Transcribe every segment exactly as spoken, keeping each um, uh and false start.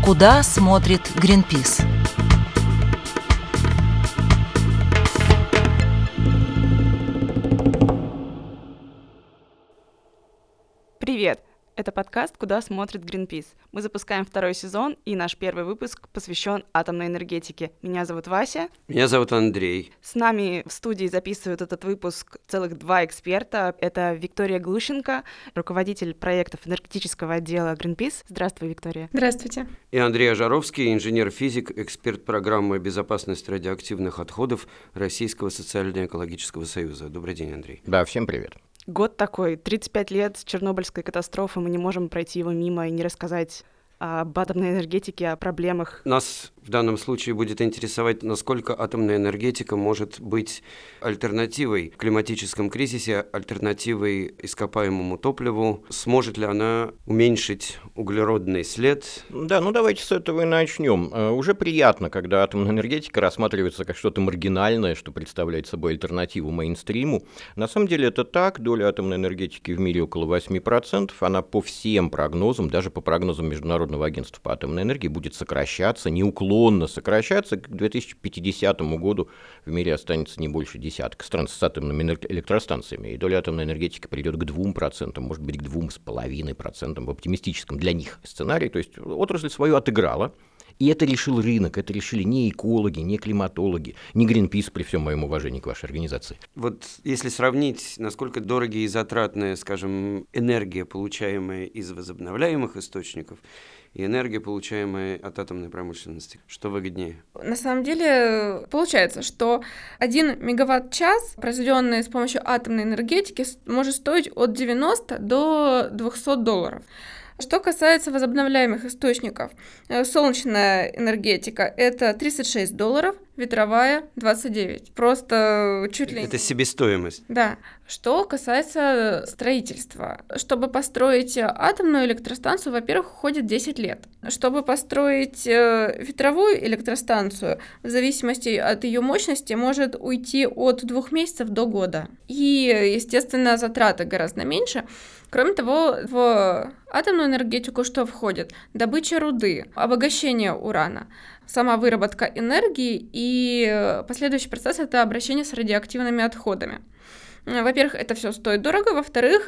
Куда смотрит Greenpeace? Привет! Это подкаст «Куда смотрит Greenpeace». Мы запускаем второй сезон, и наш первый выпуск посвящен атомной энергетике. Меня зовут Вася. Меня зовут Андрей. С нами в студии записывают этот выпуск целых два эксперта. Это Виктория Глущенко, руководитель проектов энергетического отдела Greenpeace. Здравствуй, Виктория. Здравствуйте. И Андрей Ожаровский, инженер-физик, эксперт программы «Безопасность радиоактивных отходов» Российского социально-экологического союза. Добрый день, Андрей. Да, всем привет. Год такой, тридцать пять лет с Чернобыльской катастрофы, мы не можем пройти его мимо и не рассказать об атомной энергетике, о проблемах. Нас в данном случае будет интересовать, насколько атомная энергетика может быть альтернативой в климатическом кризисе, альтернативой ископаемому топливу. Сможет ли она уменьшить углеродный след? Да, ну давайте с этого и начнем. Уже приятно, когда атомная энергетика рассматривается как что-то маргинальное, что представляет собой альтернативу мейнстриму. На самом деле это так, доля атомной энергетики в мире около восемь процентов, она по всем прогнозам, даже по прогнозам Международного агентства по атомной энергии, будет сокращаться, неуклонно сокращаться. К две тысячи пятидесятому году в мире останется не больше десятка стран с атомными электростанциями, и доля атомной энергетики придет к двум процентам, может быть, к двум с половиной процентам в оптимистическом для них сценарии. То есть отрасль свою отыграла. И это решил рынок, это решили не экологи, не климатологи, не Greenpeace, при всем моем уважении к вашей организации. Вот если сравнить, насколько дорогие и затратная, скажем, энергия, получаемая из возобновляемых источников, и энергия, получаемая от атомной промышленности, что выгоднее? На самом деле получается, что один мегаватт-час, произведенный с помощью атомной энергетики, может стоить от девяноста до двухсот долларов. Что касается возобновляемых источников, солнечная энергетика – это тридцать шесть долларов, ветровая – двадцать девять. Просто чуть ли... Это себестоимость. Да. Что касается строительства. Чтобы построить атомную электростанцию, во-первых, уходит десять лет. Чтобы построить ветровую электростанцию, в зависимости от ее мощности, может уйти от двух месяцев до года. И, естественно, затраты гораздо меньше. Кроме того, в атомную энергетику что входит? Добыча руды, обогащение урана, сама выработка энергии и последующий процесс – это обращение с радиоактивными отходами. Во-первых, это все стоит дорого, во-вторых,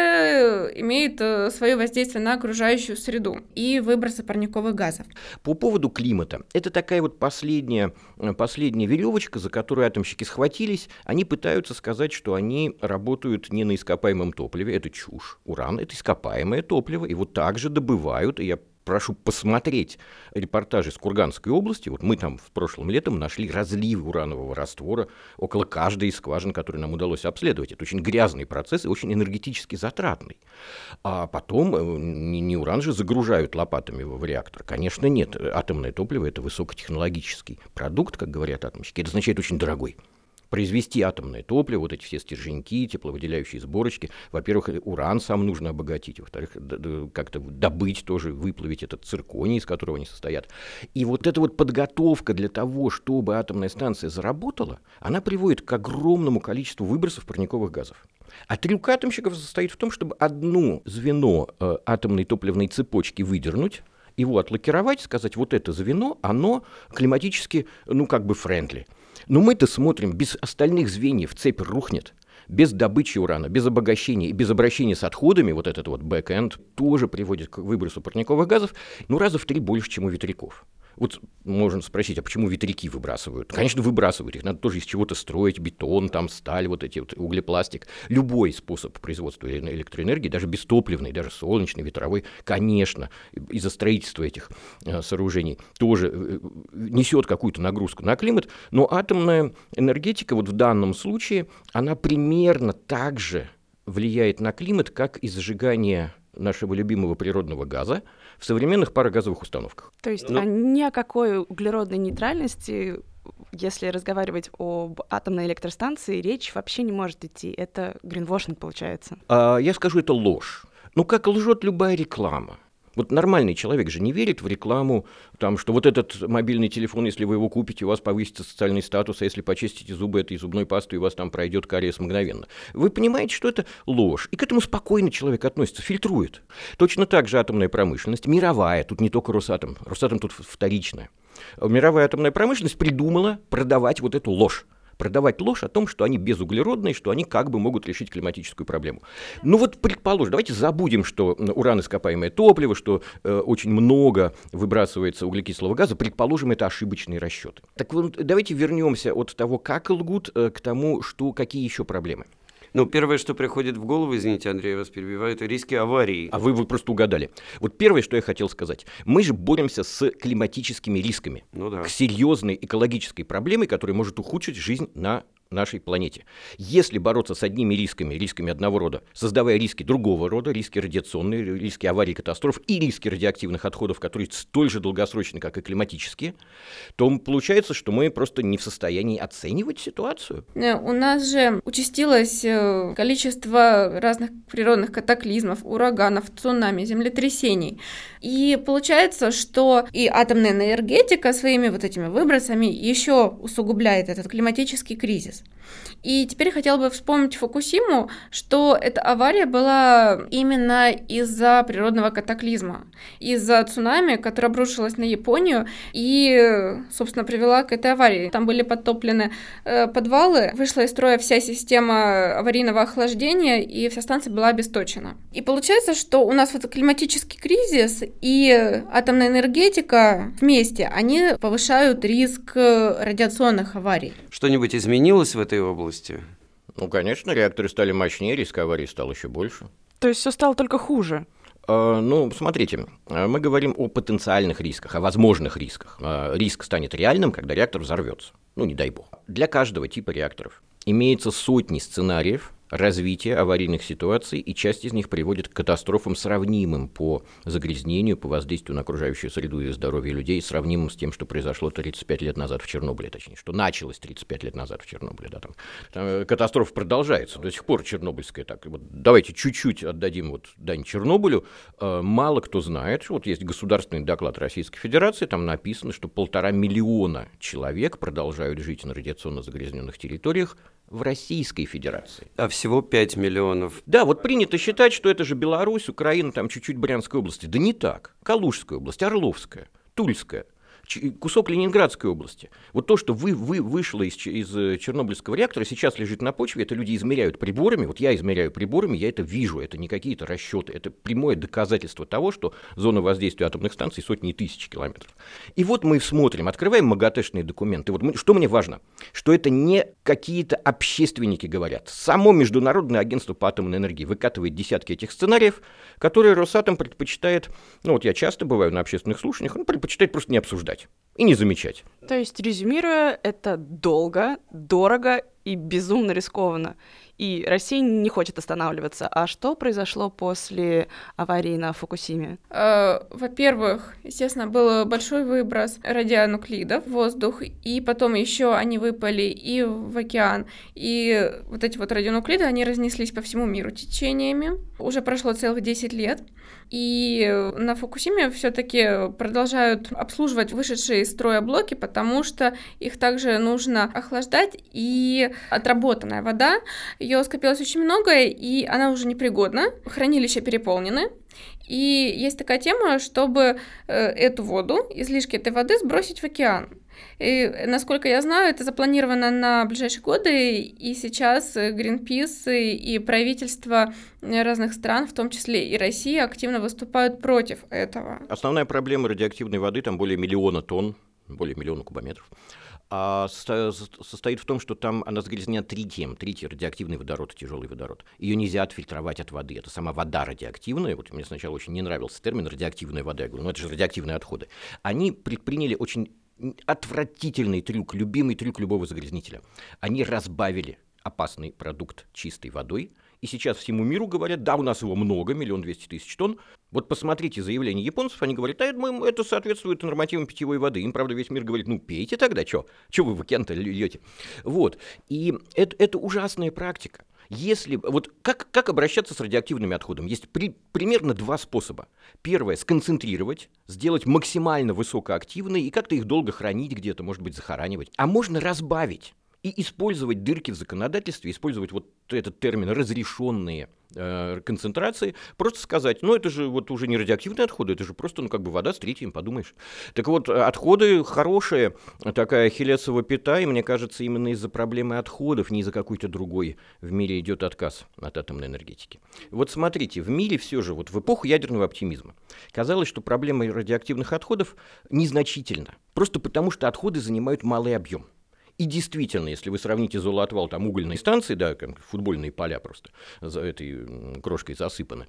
это имеет свое воздействие на окружающую среду и выбросы парниковых газов. По поводу климата. Это такая вот последняя, последняя веревочка, за которую атомщики схватились. Они пытаются сказать, что они работают не на ископаемом топливе. Это чушь. Уран – это ископаемое топливо. Его также добывают, и я прошу посмотреть репортажи с Курганской области. Вот мы там в прошлом летом нашли разливы уранового раствора около каждой из скважин, которые нам удалось обследовать. Это очень грязный процесс и очень энергетически затратный. А потом не, не уран же загружают лопатами в реактор. Конечно, нет. Атомное топливо – это высокотехнологический продукт, как говорят атомщики. Это означает очень дорогой. Произвести атомное топливо, вот эти все стерженьки, тепловыделяющие сборочки, во-первых, уран сам нужно обогатить, во-вторых, как-то добыть тоже, выплавить этот цирконий, из которого они состоят. И вот эта вот подготовка для того, чтобы атомная станция заработала, она приводит к огромному количеству выбросов парниковых газов. А трюк атомщиков состоит в том, чтобы одно звено э, атомной топливной цепочки выдернуть, его отлакировать, сказать, вот это звено, оно климатически, ну, как бы френдли. Но мы-то смотрим, без остальных звеньев цепь рухнет, без добычи урана, без обогащения и без обращения с отходами, вот этот вот бэк-энд тоже приводит к выбросу парниковых газов, ну, раза в три больше, чем у ветряков. Вот можно спросить, а почему ветряки выбрасывают? Конечно, выбрасывают, их надо тоже из чего-то строить, бетон, там, сталь, вот эти вот углепластик. Любой способ производства электроэнергии, даже бестопливный, даже солнечный, ветровой, конечно, из-за строительства этих э, сооружений тоже э, несет какую-то нагрузку на климат, но атомная энергетика вот в данном случае, она примерно так же влияет на климат, как и зажигание нашего любимого природного газа в современных парогазовых установках. То есть Но... ни о какой углеродной нейтральности, если разговаривать об атомной электростанции, речь вообще не может идти. Это гринвошинг получается. А, я скажу, это ложь. Ну, как лжет любая реклама. Вот нормальный человек же не верит в рекламу, там, что вот этот мобильный телефон, если вы его купите, у вас повысится социальный статус, а если почистите зубы этой зубной пастой, у вас там пройдет кариес мгновенно. Вы понимаете, что это ложь. И к этому спокойно человек относится, фильтрует. Точно так же атомная промышленность, мировая, тут не только Росатом, Росатом тут вторичная. Мировая атомная промышленность придумала продавать вот эту ложь. Продавать ложь о том, что они безуглеродные, что они как бы могут решить климатическую проблему. Ну вот, предположим, давайте забудем, что уран ископаемое топливо, что э, очень много выбрасывается углекислого газа, предположим, это ошибочные расчеты. Так вот, давайте вернемся от того, как лгут, э, к тому, что, какие еще проблемы. Ну, первое, что приходит в голову, извините, Андрей, я вас перебиваю, это риски аварии. А вы, вы просто угадали. Вот первое, что я хотел сказать. Мы же боремся с климатическими рисками. Ну да. К серьезной экологической проблеме, которая может ухудшить жизнь на нашей планете. Если бороться с одними рисками, рисками одного рода, создавая риски другого рода, риски радиационные, риски аварий, катастроф и риски радиоактивных отходов, которые столь же долгосрочны, как и климатические, то получается, что мы просто не в состоянии оценивать ситуацию. У нас же участилось количество разных природных катаклизмов, ураганов, цунами, землетрясений. И получается, что и атомная энергетика своими вот этими выбросами еще усугубляет этот климатический кризис. И теперь хотела бы вспомнить Фукусиму, что эта авария была именно из-за природного катаклизма, из-за цунами, которое обрушилось на Японию и, собственно, привела к этой аварии. Там были подтоплены э, подвалы, вышла из строя вся система аварийного охлаждения, и вся станция была обесточена. И получается, что у нас вот климатический кризис и атомная энергетика вместе, они повышают риск радиационных аварий. Что-нибудь изменилось в этой области? Ну, конечно, реакторы стали мощнее, риск аварии стал еще больше. То есть все стало только хуже? Uh, ну, смотрите, мы говорим о потенциальных рисках, о возможных рисках. Uh, риск станет реальным, когда реактор взорвется. Ну, не дай бог. Для каждого типа реакторов имеется сотни сценариев развития аварийных ситуаций, и часть из них приводит к катастрофам, сравнимым по загрязнению, по воздействию на окружающую среду и здоровье людей, сравнимым с тем, что произошло тридцать пять лет назад в Чернобыле, точнее, что началось тридцать пять лет назад в Чернобыле. Да, там, там катастрофа продолжается до сих пор, чернобыльская. Так, вот, давайте чуть-чуть отдадим вот дань Чернобылю. Мало кто знает, что вот есть государственный доклад Российской Федерации, там написано, что полтора миллиона человек продолжают жить на радиационно загрязненных территориях в Российской Федерации. А всего пять миллионов. Да, вот принято считать, что это же Беларусь, Украина, там чуть-чуть Брянской области. Да не так. Калужская область, Орловская, Тульская, кусок Ленинградской области. Вот то, что вы, вы вышло из, из Чернобыльского реактора, сейчас лежит на почве, это люди измеряют приборами, вот я измеряю приборами, я это вижу, это не какие-то расчеты, это прямое доказательство того, что зона воздействия атомных станций сотни тысяч километров. И вот мы смотрим, открываем МАГАТЭшные документы. Вот мы, что мне важно, что это не какие-то общественники говорят. Само Международное агентство по атомной энергии выкатывает десятки этих сценариев, которые Росатом предпочитает, ну вот я часто бываю на общественных слушаниях, он предпочитает просто не обсуждать и не замечать. То есть, резюмируя, это долго, дорого и безумно рискованно. И Россия не хочет останавливаться. А что произошло после аварии на Фукусиме? Во-первых, естественно, был большой выброс радионуклидов в воздух, и потом еще они выпали и в океан. И вот эти вот радионуклиды, они разнеслись по всему миру течениями. Уже прошло целых десять лет. И на Фукусиме все-таки продолжают обслуживать вышедшие из строя блоки, потому что их также нужно охлаждать, и отработанная вода, ее скопилось очень много, и она уже непригодна, хранилища переполнены. И есть такая тема, чтобы эту воду, излишки этой воды сбросить в океан. И, насколько я знаю, это запланировано на ближайшие годы, и сейчас Greenpeace и правительства разных стран, в том числе и Россия, активно выступают против этого. Основная проблема радиоактивной воды, там более миллиона тонн, более миллиона кубометров, а состоит в том, что там она загрязнена тритием, тритий — радиоактивный водород, тяжелый водород. Ее нельзя отфильтровать от воды, это сама вода радиоактивная. Вот мне сначала очень не нравился термин радиоактивная вода, я говорю, ну это же радиоактивные отходы. Они предприняли очень отвратительный трюк, любимый трюк любого загрязнителя. Они разбавили опасный продукт чистой водой, и сейчас всему миру говорят, да, у нас его много, миллион двести тысяч тонн. Вот посмотрите заявление японцев, они говорят, а это соответствует нормативам питьевой воды. Им, правда, весь мир говорит, ну пейте тогда, что? Что вы в океан-то льете? Вот, и это, это ужасная практика. Если, вот как, как обращаться с радиоактивными отходами? Есть при, примерно два способа. Первое – сконцентрировать, сделать максимально высокоактивные и как-то их долго хранить где-то, может быть, захоранивать. А можно разбавить и использовать дырки в законодательстве, использовать вот этот термин «разрешенные э, концентрации», просто сказать, ну это же вот уже не радиоактивные отходы, это же просто, ну как бы вода с тритием, подумаешь. Так вот, отходы хорошие, такая ахиллесова пята, и мне кажется, именно из-за проблемы отходов, не из-за какой-то другой в мире идет отказ от атомной энергетики. Вот смотрите, в мире все же, вот в эпоху ядерного оптимизма, казалось, что проблема радиоактивных отходов незначительна, просто потому что отходы занимают малый объем. И действительно, если вы сравните золотвал, там угольной станции, да, футбольные поля просто за этой крошкой засыпаны,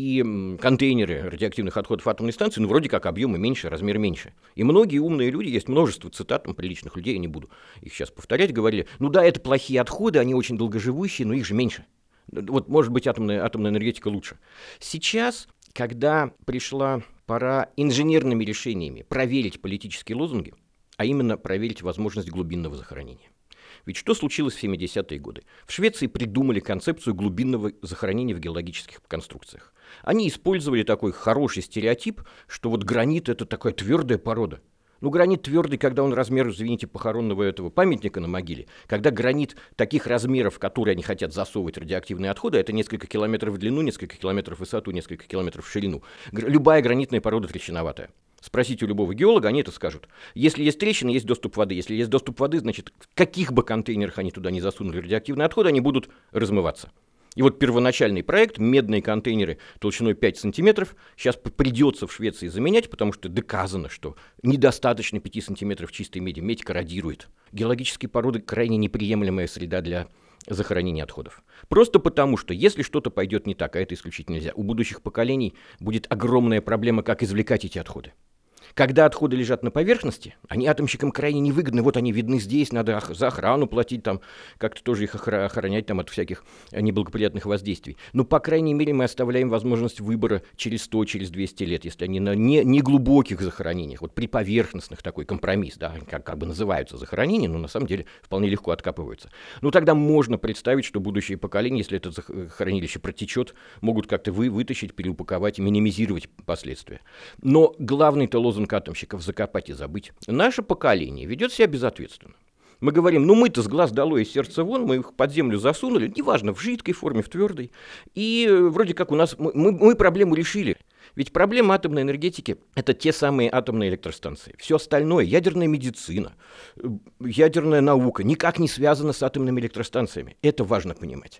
и контейнеры радиоактивных отходов атомной станции, ну, вроде как объемы меньше, размер меньше. И многие умные люди, есть множество цитат там, приличных людей, я не буду их сейчас повторять, говорили, ну да, это плохие отходы, они очень долгоживущие, но их же меньше. Вот, может быть, атомная, атомная энергетика лучше. Сейчас, когда пришла пора инженерными решениями проверить политические лозунги, а именно проверить возможность глубинного захоронения. Ведь что случилось в семидесятые годы? В Швеции придумали концепцию глубинного захоронения в геологических конструкциях. Они использовали такой хороший стереотип, что вот гранит – это такая твердая порода. Ну, гранит твердый, когда он размер, извините, похоронного этого памятника на могиле. Когда гранит таких размеров, в которые они хотят засовывать радиоактивные отходы, это несколько километров в длину, несколько километров в высоту, несколько километров в ширину. Любая гранитная порода трещиноватая. Спросите у любого геолога, они это скажут. Если есть трещины, есть доступ воды. Если есть доступ воды, значит, в каких бы контейнерах они туда не засунули радиоактивные отходы, они будут размываться. И вот первоначальный проект, медные контейнеры толщиной пять сантиметров, сейчас придется в Швеции заменять, потому что доказано, что недостаточно пяти сантиметров чистой меди. Медь корродирует. Геологические породы крайне неприемлемая среда для захоронения отходов. Просто потому, что если что-то пойдет не так, а это исключить нельзя, у будущих поколений будет огромная проблема, как извлекать эти отходы. Когда отходы лежат на поверхности, они атомщикам крайне невыгодны. Вот они видны здесь, надо за охрану платить, там, как-то тоже их охранять там, от всяких неблагоприятных воздействий. Но, по крайней мере, мы оставляем возможность выбора через сто, через двести лет, если они на не, не глубоких захоронениях, вот при поверхностных такой компромисс, да, как, как бы называются захоронения, но на самом деле вполне легко откапываются. Ну, тогда можно представить, что будущие поколения, если это хранилище протечет, могут как-то вы, вытащить, переупаковать и минимизировать последствия. Но главный-то лозунг атомщиков закопать и забыть. Наше поколение ведет себя безответственно. Мы говорим, ну мы-то с глаз долой, из сердца вон, мы их под землю засунули, неважно, в жидкой форме, в твердой. И вроде как у нас, мы, мы проблему решили. Ведь проблема атомной энергетики – это те самые атомные электростанции. Все остальное, ядерная медицина, ядерная наука, никак не связана с атомными электростанциями. Это важно понимать.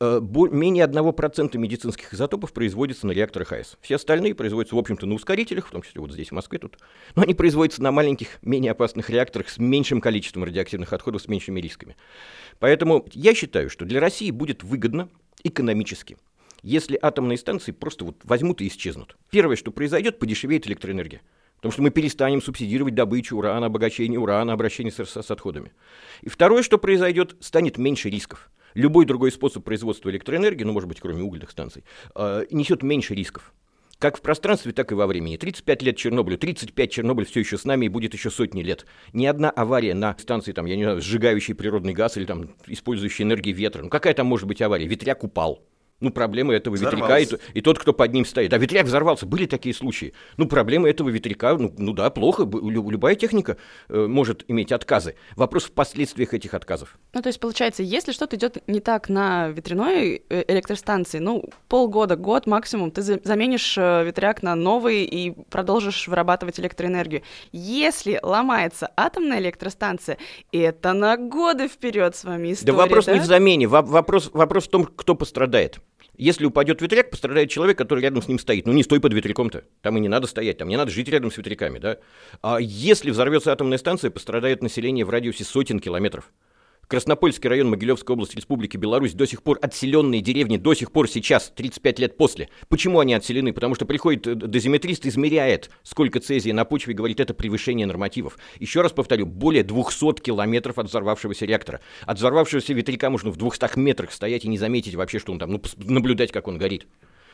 Менее одного процента медицинских изотопов производится на реакторах АЭС. Все остальные производятся, в общем-то, на ускорителях, в том числе вот здесь, в Москве тут. Но они производятся на маленьких, менее опасных реакторах с меньшим количеством радиоактивных отходов, с меньшими рисками. Поэтому я считаю, что для России будет выгодно экономически, если атомные станции просто вот возьмут и исчезнут. Первое, что произойдет, подешевеет электроэнергия. Потому что мы перестанем субсидировать добычу урана, обогащение урана, обращение с, с отходами. И второе, что произойдет, станет меньше рисков. Любой другой способ производства электроэнергии, ну, может быть, кроме угольных станций, э, несет меньше рисков. Как в пространстве, так и во времени. тридцать пять лет Чернобылю, тридцать пять Чернобыль все еще с нами и будет еще сотни лет. Ни одна авария на станции, там, я не знаю, сжигающей природный газ или там, использующей энергию ветра. Ну, какая там может быть авария? Ветряк упал. Ну, проблема этого ветряка и, и тот, кто под ним стоит. А ветряк взорвался, были такие случаи. Ну, проблема этого ветряка, ну, ну да, плохо. Любая техника э, может иметь отказы. Вопрос в последствиях этих отказов. Ну, то есть, получается, если что-то идет не так на ветряной электростанции, ну, полгода, год максимум, ты заменишь ветряк на новый и продолжишь вырабатывать электроэнергию. Если ломается атомная электростанция, это на годы вперед с вами история. Да вопрос да? не в замене, вопрос, вопрос в том, кто пострадает. Если упадет ветряк, пострадает человек, который рядом с ним стоит. Ну, не стой под ветряком-то. Там и не надо стоять, там не надо жить рядом с ветряками, да. А если взорвется атомная станция, пострадает население в радиусе сотен километров. Краснопольский район Могилевской области Республики Беларусь, до сих пор отселенные деревни, до сих пор сейчас, тридцать пять лет после. Почему они отселены? Потому что приходит дозиметрист, измеряет, сколько цезия на почве, и говорит, это превышение нормативов. Еще раз повторю, более двухсот километров от взорвавшегося реактора. От взорвавшегося ветряка можно в двухстах метрах стоять и не заметить вообще, что он там, ну, наблюдать, как он горит.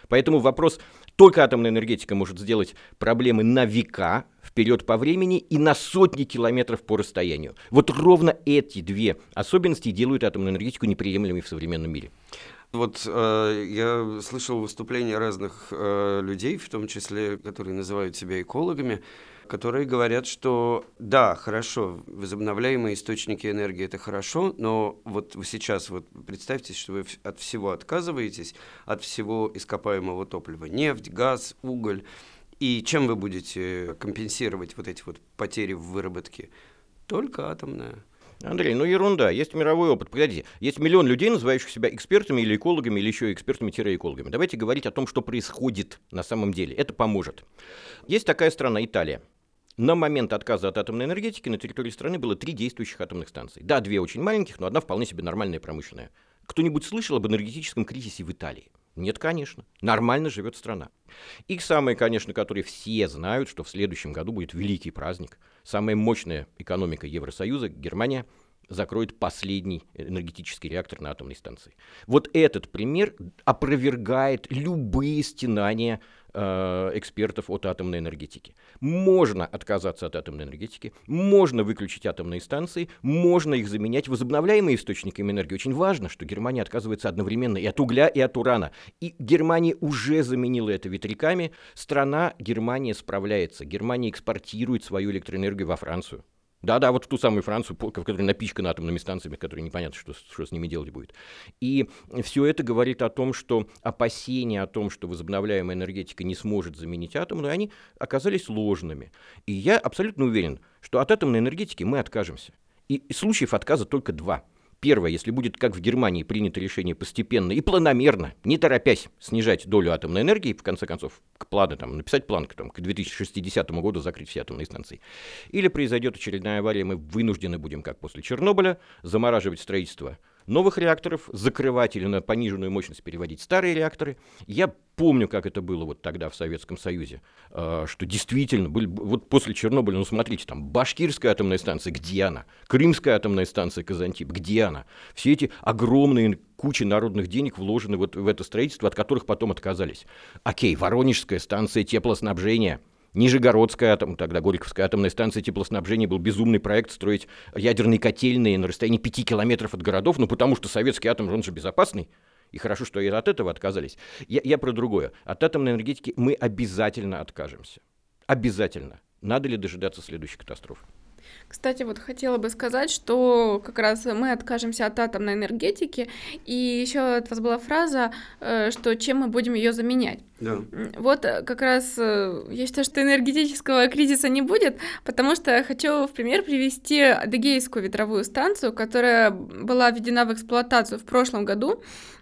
Поэтому вопрос, только атомная энергетика может сделать проблемы на века вперед по времени и на сотни километров по расстоянию. Вот ровно эти две особенности делают атомную энергетику неприемлемой в современном мире. Вот э, я слышал выступления разных э, людей, в том числе, которые называют себя экологами, которые говорят, что да, хорошо, возобновляемые источники энергии — это хорошо, но вот вы сейчас вот представьте, что вы от всего отказываетесь, от всего ископаемого топлива, нефть, газ, уголь, и чем вы будете компенсировать вот эти вот потери в выработке? Только атомная. Андрей, ну ерунда, есть мировой опыт. Погоди, есть миллион людей, называющих себя экспертами или экологами, или еще экспертами-экологами. Давайте говорить о том, что происходит на самом деле. Это поможет. Есть такая страна, Италия. На момент отказа от атомной энергетики на территории страны было три действующих атомных станции. Да, две очень маленьких, но одна вполне себе нормальная промышленная. Кто-нибудь слышал об энергетическом кризисе в Италии? Нет, конечно. Нормально живет страна. И самое, конечно, которые все знают, что в следующем году будет великий праздник. Самая мощная экономика Евросоюза, Германия, закроет последний энергетический реактор на атомной станции. Вот этот пример опровергает любые стенания э, экспертов от атомной энергетики. Можно отказаться от атомной энергетики, можно выключить атомные станции, можно их заменять возобновляемыми источниками энергии. Очень важно, что Германия отказывается одновременно и от угля, и от урана. И Германия уже заменила это ветряками. Страна Германия справляется. Германия экспортирует свою электроэнергию во Францию. Да-да, вот в ту самую Францию, которая напичкана атомными станциями, которые непонятно, что, что с ними делать будет. И все это говорит о том, что опасения о том, что возобновляемая энергетика не сможет заменить атомную, они оказались ложными. И я абсолютно уверен, что от атомной энергетики мы откажемся. И случаев отказа только два. Первое, если будет, как в Германии, принято решение постепенно и планомерно, не торопясь, снижать долю атомной энергии, в конце концов, к плану, там, написать план там, к две тысячи шестидесятому году закрыть все атомные станции. Или произойдет очередная авария, мы вынуждены будем, как после Чернобыля, замораживать строительство новых реакторов, закрывать или на пониженную мощность переводить старые реакторы. Я помню, как это было вот тогда в Советском Союзе, что действительно, были, вот после Чернобыля, ну смотрите, там Башкирская атомная станция, где она? Крымская атомная станция Казантип, где она? Все эти огромные кучи народных денег вложены вот в это строительство, от которых потом отказались. Окей, Воронежская станция теплоснабжения, Нижегородская атом, тогда Горьковская атомная станция теплоснабжения, был безумный проект строить ядерные котельные на расстоянии пяти километров от городов, ну потому что советский атом, он же безопасный, и хорошо, что и от этого отказались. Я, я про другое. От атомной энергетики мы обязательно откажемся. Обязательно. Надо ли дожидаться следующей катастрофы? Кстати, вот хотела бы сказать, что как раз мы откажемся от атомной энергетики, и еще от вас была фраза, что чем мы будем ее заменять. Да. Вот как раз я считаю, что энергетического кризиса не будет, потому что хочу в пример привести Адыгейскую ветровую станцию, которая была введена в эксплуатацию в прошлом году,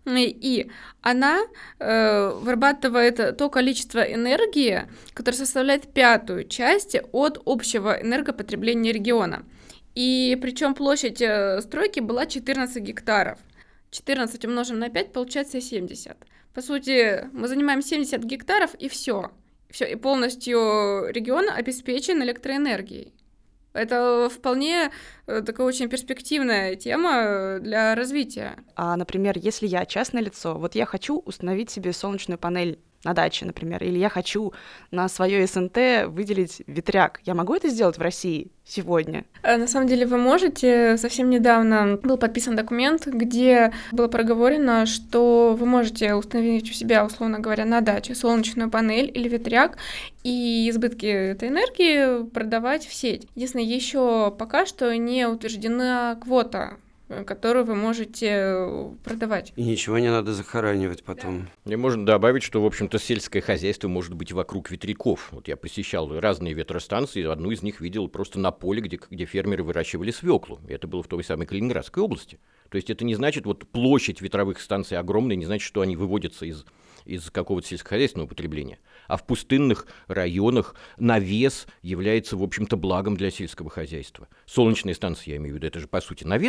и она э, вырабатывает то количество энергии, которое составляет пятую часть от общего энергопотребления региона. И причем площадь стройки была четырнадцать гектаров. четырнадцать умножим на пять, получается семьдесят. По сути, мы занимаем семьдесят гектаров, и все. Все, и полностью регион обеспечен электроэнергией. Это вполне такая очень перспективная тема для развития. А, например, если я частное лицо, вот я хочу установить себе солнечную панель на даче, например, или я хочу на свое СНТ выделить ветряк. Я могу это сделать в России сегодня? На самом деле вы можете. Совсем недавно был подписан документ, где было проговорено, что вы можете установить у себя, условно говоря, на даче солнечную панель или ветряк и избытки этой энергии продавать в сеть. Единственное, еще пока что не утверждена квота, которую вы можете продавать. И ничего не надо захоранивать потом. И можно добавить, что, в общем-то, сельское хозяйство может быть вокруг ветряков. Вот я посещал разные ветростанции, одну из них видел просто на поле, где, где фермеры выращивали свеклу. И это было в той самой Калининградской области. То есть это не значит, вот площадь ветровых станций огромная, не значит, что они выводятся из, из какого-то сельскохозяйственного потребления. А в пустынных районах навес является, в общем-то, благом для сельского хозяйства. Солнечные станции, я имею в виду, это же, по сути, навес.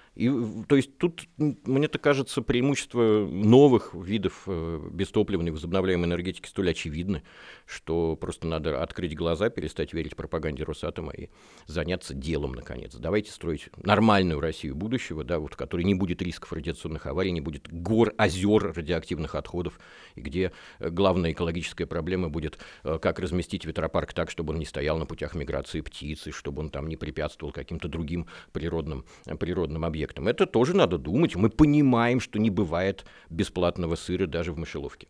И, то есть тут, мне-то кажется, преимущество новых видов бестопливной возобновляемой энергетики столь очевидны, что просто надо открыть глаза, перестать верить пропаганде Росатома и заняться делом, наконец. Давайте строить нормальную Россию будущего, да, вот, в которой не будет рисков радиационных аварий, не будет гор, озер радиоактивных отходов, и где главная экологическая проблема будет, как разместить ветропарк так, чтобы он не стоял на путях миграции птиц, и чтобы он там не препятствовал каким-то другим природным, природным объектам. Это тоже надо думать. Мы понимаем, что не бывает бесплатного сыра даже в мышеловке.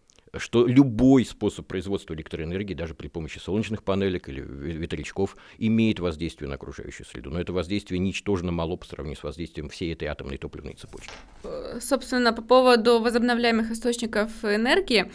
Что любой способ производства электроэнергии, даже при помощи солнечных панелек или ветрячков, имеет воздействие на окружающую среду. Но это воздействие ничтожно мало по сравнению с воздействием всей этой атомной топливной цепочки. Собственно, по поводу возобновляемых источников энергии,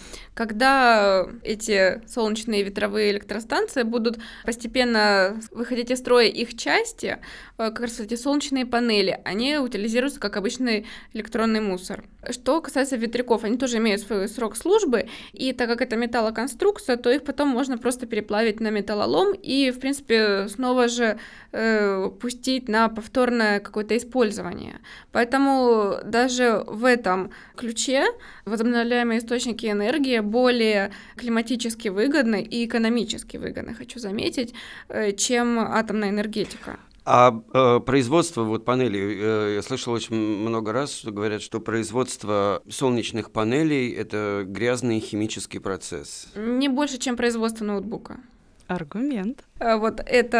когда эти солнечные и ветровые электростанции будут постепенно выходить из строя, их части, как раз эти солнечные панели, они утилизируются как обычный электронный мусор. Что касается ветряков, они тоже имеют свой срок службы, и так как это металлоконструкция, то их потом можно просто переплавить на металлолом и, в принципе, снова же э, пустить на повторное какое-то использование. Поэтому даже в этом ключе возобновляемые источники энергии более климатически выгодны и экономически выгодны, хочу заметить, э, чем атомная энергетика. А э, производство вот панелей, э, я слышал очень много раз, что говорят, что производство солнечных панелей – это грязный химический процесс. Не больше, чем производство ноутбука. Аргумент. Вот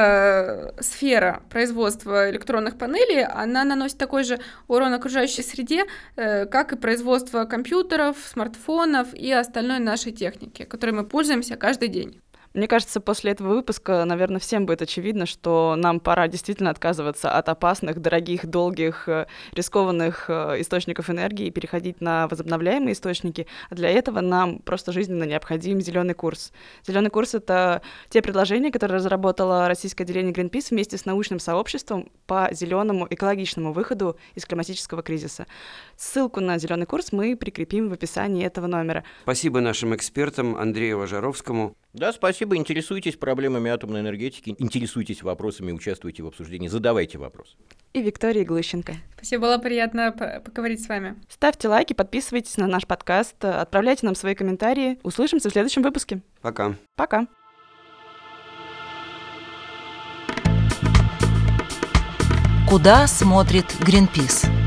эта сфера производства электронных панелей, она наносит такой же урон окружающей среде, как и производство компьютеров, смартфонов и остальной нашей техники, которой мы пользуемся каждый день. Мне кажется, после этого выпуска, наверное, всем будет очевидно, что нам пора действительно отказываться от опасных, дорогих, долгих, рискованных источников энергии и переходить на возобновляемые источники. А для этого нам просто жизненно необходим зеленый курс. Зеленый курс — это те предложения, которые разработало российское отделение Greenpeace вместе с научным сообществом по зеленому экологичному выходу из климатического кризиса. Ссылку на зеленый курс мы прикрепим в описании этого номера. Спасибо нашим экспертам Андрею Ажаровскому. Да, спасибо. Интересуйтесь проблемами атомной энергетики, интересуйтесь вопросами, участвуйте в обсуждении, задавайте вопросы. И Виктория Глыщенко. Спасибо, было приятно поговорить с вами. Ставьте лайки, подписывайтесь на наш подкаст, отправляйте нам свои комментарии. Услышимся в следующем выпуске. Пока. Пока. Куда смотрит Greenpeace?